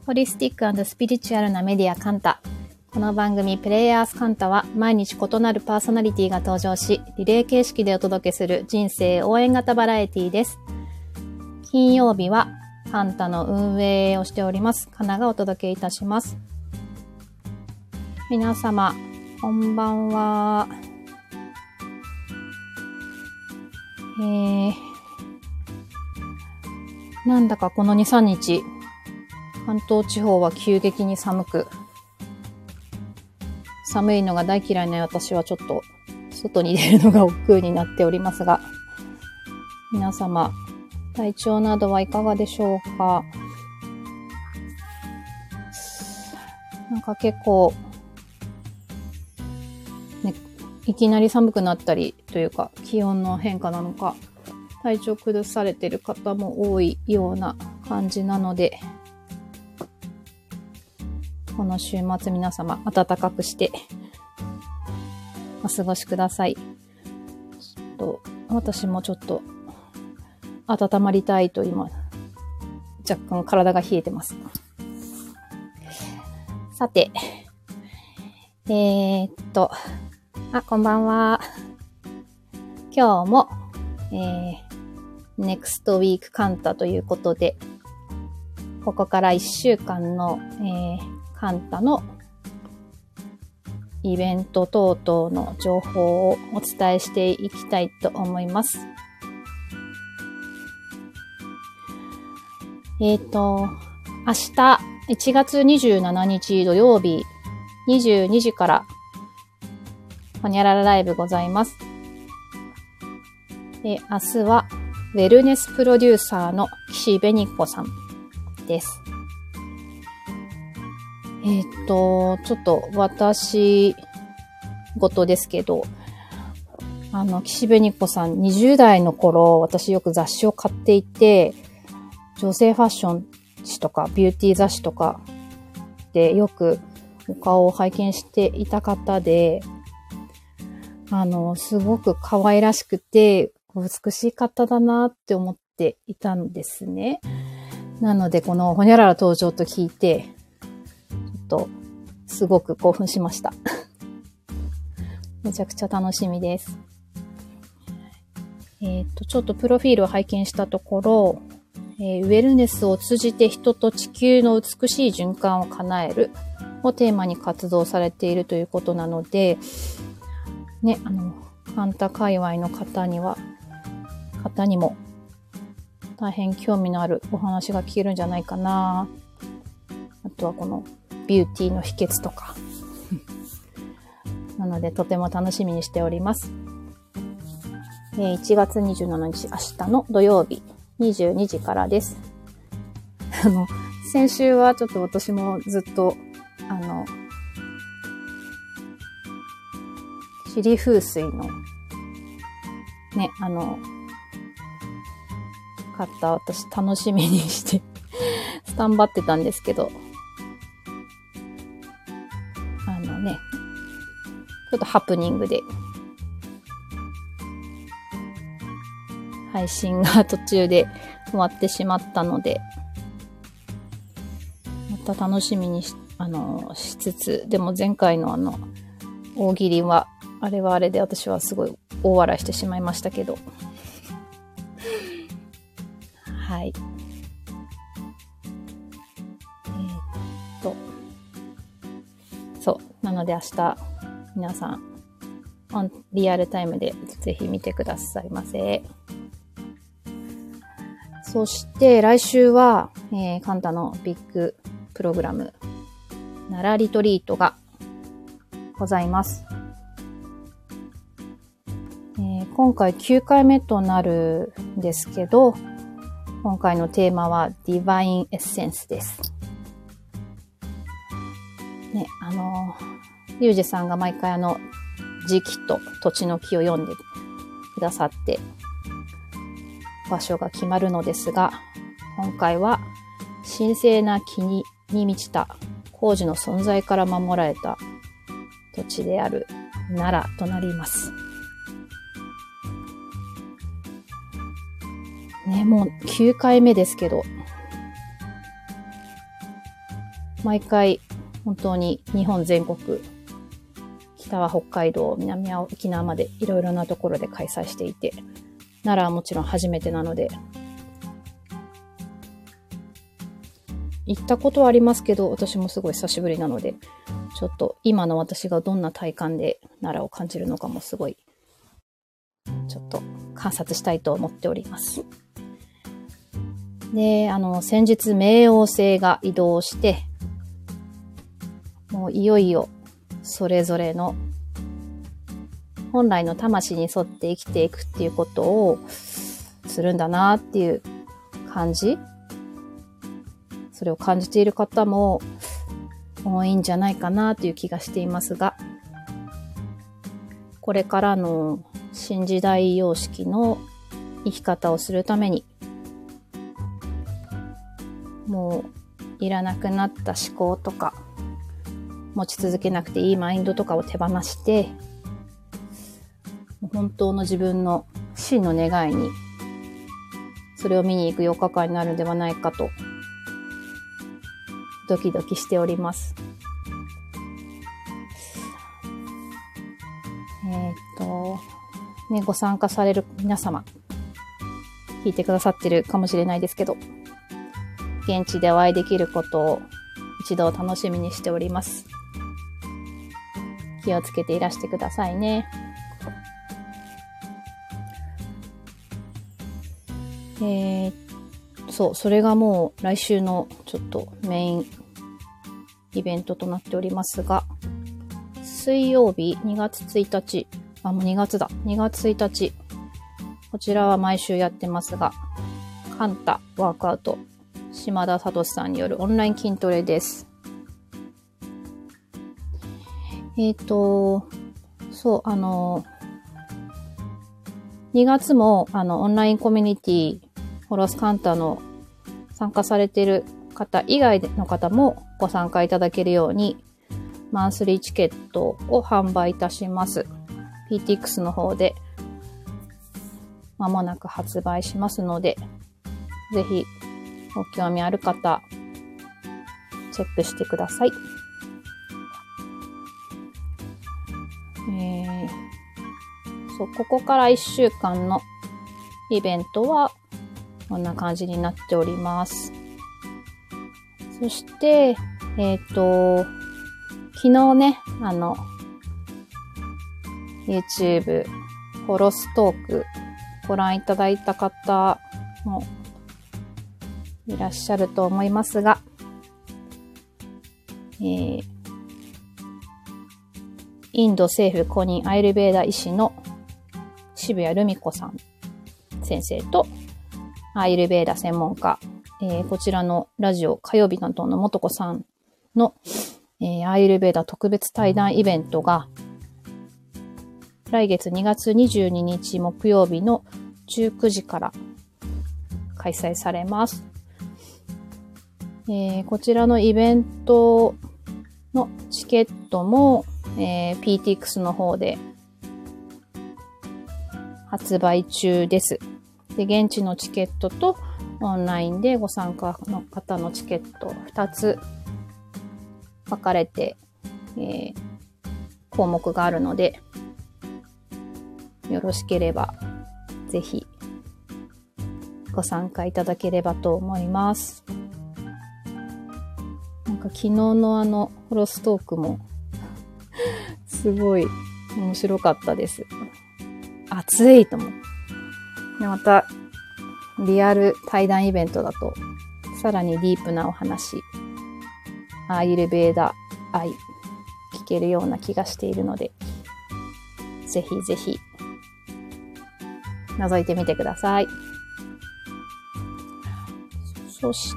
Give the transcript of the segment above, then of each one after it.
ホリスティック&スピリチュアルなメディアカンタ。この番組プレイヤーズカンタは毎日異なるパーソナリティが登場し、リレー形式でお届けする人生応援型バラエティです。金曜日はカンタの運営をしております。カナがお届けいたします。皆様、こんばんは。なんだかこの2、3日、関東地方は急激に寒いのが大嫌いな私はちょっと外に出るのが億劫になっておりますが、皆様、体調などはいかがでしょうか。なんか結構、ね、いきなり寒くなったりというか、気温の変化なのか、体調崩されている方も多いような感じなので、この週末皆様暖かくしてお過ごしください。私もちょっと温まりたいと今若干体が冷えてます。さて、こんばんは。今日もNext Week カンタということで、ここから1週間の、カンタのイベント等々の情報をお伝えしていきたいと思います。明日1月27日土曜日22時からホニャララライブございます。明日はウェルネスプロデューサーの岸紅子さんです。ちょっと私事ですけど、岸紅子さん20代の頃、私よく雑誌を買っていて、女性ファッション誌とかビューティー雑誌とかでよくお顔を拝見していた方で、すごく可愛らしくて美しい方だなって思っていたんですね。なのでこのホニャララ登場と聞いて、ちょっとすごく興奮しました。めちゃくちゃ楽しみです。ちょっとプロフィールを拝見したところ、ウェルネスを通じて人と地球の美しい循環を叶えるをテーマに活動されているということなので、ね、カンタ界隈の方にも大変興味のあるお話が聞けるんじゃないかな。あとはこのビューティーの秘訣とか。なのでとても楽しみにしております。1月27日、明日の土曜日22時からです。先週はちょっと私もずっと、チリ風水の、ね、買った私楽しみにしてスタンバってたんですけど、ちょっとハプニングで配信が途中で終わってしまったので、また楽しみにしつつ、でも前回の大喜利は、あれはあれで私はすごい大笑いしてしまいましたけど。はい。そう。なので明日、皆さん、リアルタイムでぜひ見てくださいませ。そして来週は、カンタのビッグプログラム、奈良リトリートがございます。今回9回目となるんですけど、今回のテーマはディバインエッセンスです。ね、リュウジさんが毎回時期と土地の木を読んでくださって場所が決まるのですが、今回は神聖な木に満ちた工事の存在から守られた土地である奈良となります。ね、もう9回目ですけど、 毎回本当に日本全国、北は北海道、南は沖縄までいろいろなところで開催していて、奈良はもちろん初めてなので、行ったことはありますけど、私もすごい久しぶりなので、ちょっと今の私がどんな体感で奈良を感じるのかもすごい、ちょっと観察したいと思っております。で、先日冥王星が移動して、もういよいよそれぞれの本来の魂に沿って生きていくっていうことをするんだなっていう感じ。それを感じている方も多いんじゃないかなという気がしていますが、これからの新時代様式の生き方をするために、もういらなくなった思考とか、持ち続けなくていいマインドとかを手放して、本当の自分の真の願いに、それを見に行く4日間になるんではないかと、ドキドキしております。ご参加される皆様、聞いてくださってるかもしれないですけど、現地でお会いできることを一度楽しみにしております。気をつけていらしてくださいね。そう、それがもう来週のちょっとメインイベントとなっておりますが、水曜日2月1日、もう2月だ。2月1日。こちらは毎週やってますが、カンタワークアウト、島田聡さんによるオンライン筋トレです。そう、2月も、オンラインコミュニティ、ホロスカンタの参加されている方以外の方もご参加いただけるように、マンスリーチケットを販売いたします。PTX の方で、間もなく発売しますので、ぜひ、ご興味ある方、チェックしてください。そう、ここから1週間のイベントは、こんな感じになっております。そして、昨日ね、YouTube、ホロストーク、ご覧いただいた方もいらっしゃると思いますが、インド政府公認アイルベーダ医師の渋谷留美子さん先生と、アイルベーダ専門家、こちらのラジオ火曜日担当の元子さんの、アイルベーダ特別対談イベントが来月2月22日木曜日の19時から開催されます。こちらのイベントのチケットも、PTX の方で発売中です。で、現地のチケットとオンラインでご参加の方のチケット2つ分かれて、項目があるので、よろしければぜひご参加いただければと思います。なんか昨日のホロストークもすごい面白かったです。熱いと思う。で、またリアル対談イベントだとさらにディープなお話、アーユルベーダ愛聞けるような気がしているので、ぜひぜひ覗いてみてください。そして、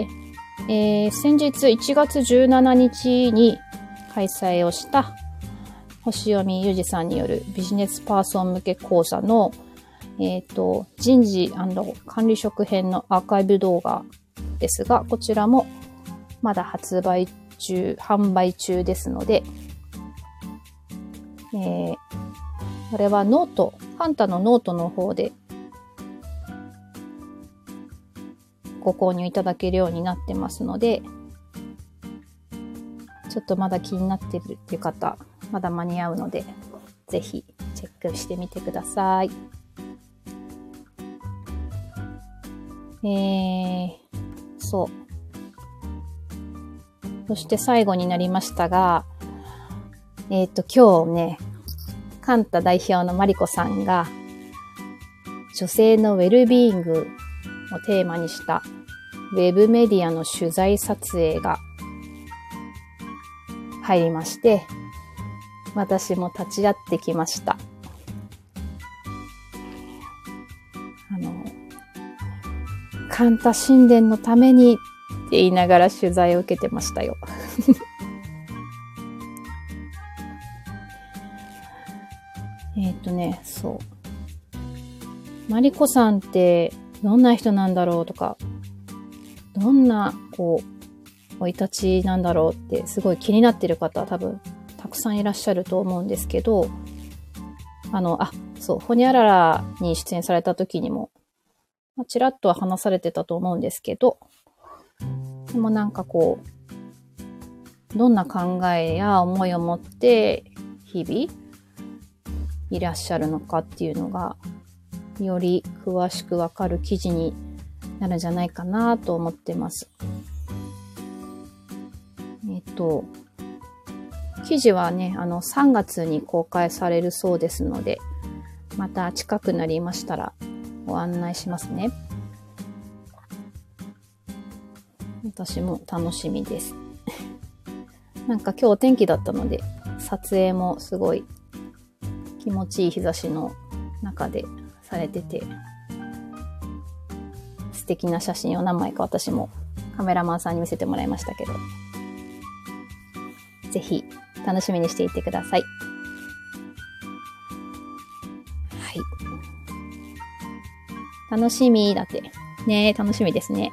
先日1月17日に開催をした星読みゆうじさんによるビジネスパーソン向け講座の、人事&管理職編のアーカイブ動画ですが、こちらもまだ販売中ですので、これはカンタのノートの方でご購入いただけるようになってますので、 ちょっとまだ気になってるっていう方、まだ間に合うので、ぜひチェックしてみてください。そう。そして最後になりましたが、今日ね、カンタ代表のマリコさんが、女性のウェルビーイングをテーマにしたウェブメディアの取材撮影が入りまして、私も立ち会ってきました。カンタ神殿のためにって言いながら取材を受けてましたよ。そう。マリコさんってどんな人なんだろうとか、どんな、生い立ちなんだろうってすごい気になってる方多分たくさんいらっしゃると思うんですけど、そう、ホニャララに出演された時にも、ちらっとは話されてたと思うんですけど、でもなんかどんな考えや思いを持って日々いらっしゃるのかっていうのが、より詳しくわかる記事になるんじゃないかなと思ってます。記事はね、3月に公開されるそうですので、また近くなりましたらご案内しますね。私も楽しみです。なんか今日お天気だったので、撮影もすごい気持ちいい日差しの中でされてて、素敵な写真を何枚か私もカメラマンさんに見せてもらいましたけど、ぜひ楽しみにしていてください。はい。楽しみだって。ね、楽しみですね。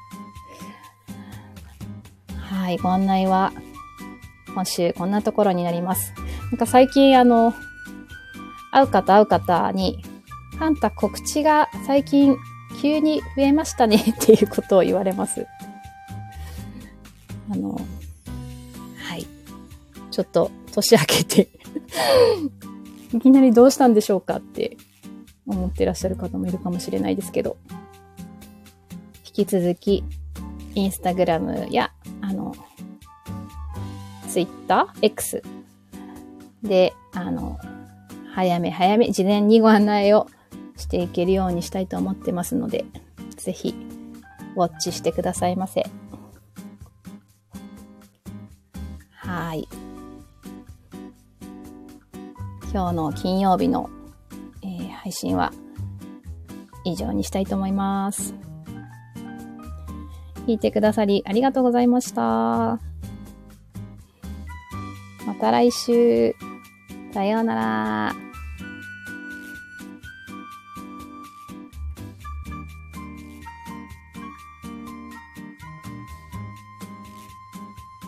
はい、ご案内は今週こんなところになります。なんか最近会う方に、カンタ告知が最近急に増えましたねっていうことを言われます。はい。ちょっと年明けていきなりどうしたんでしょうかって思ってらっしゃる方もいるかもしれないですけど、引き続きインスタグラムやツイッター X で早め事前にご案内をしていけるようにしたいと思ってますので、ぜひウォッチしてくださいませ。はい。今日の金曜日の、配信は以上にしたいと思います。聞いてくださりありがとうございました。また来週。さようなら。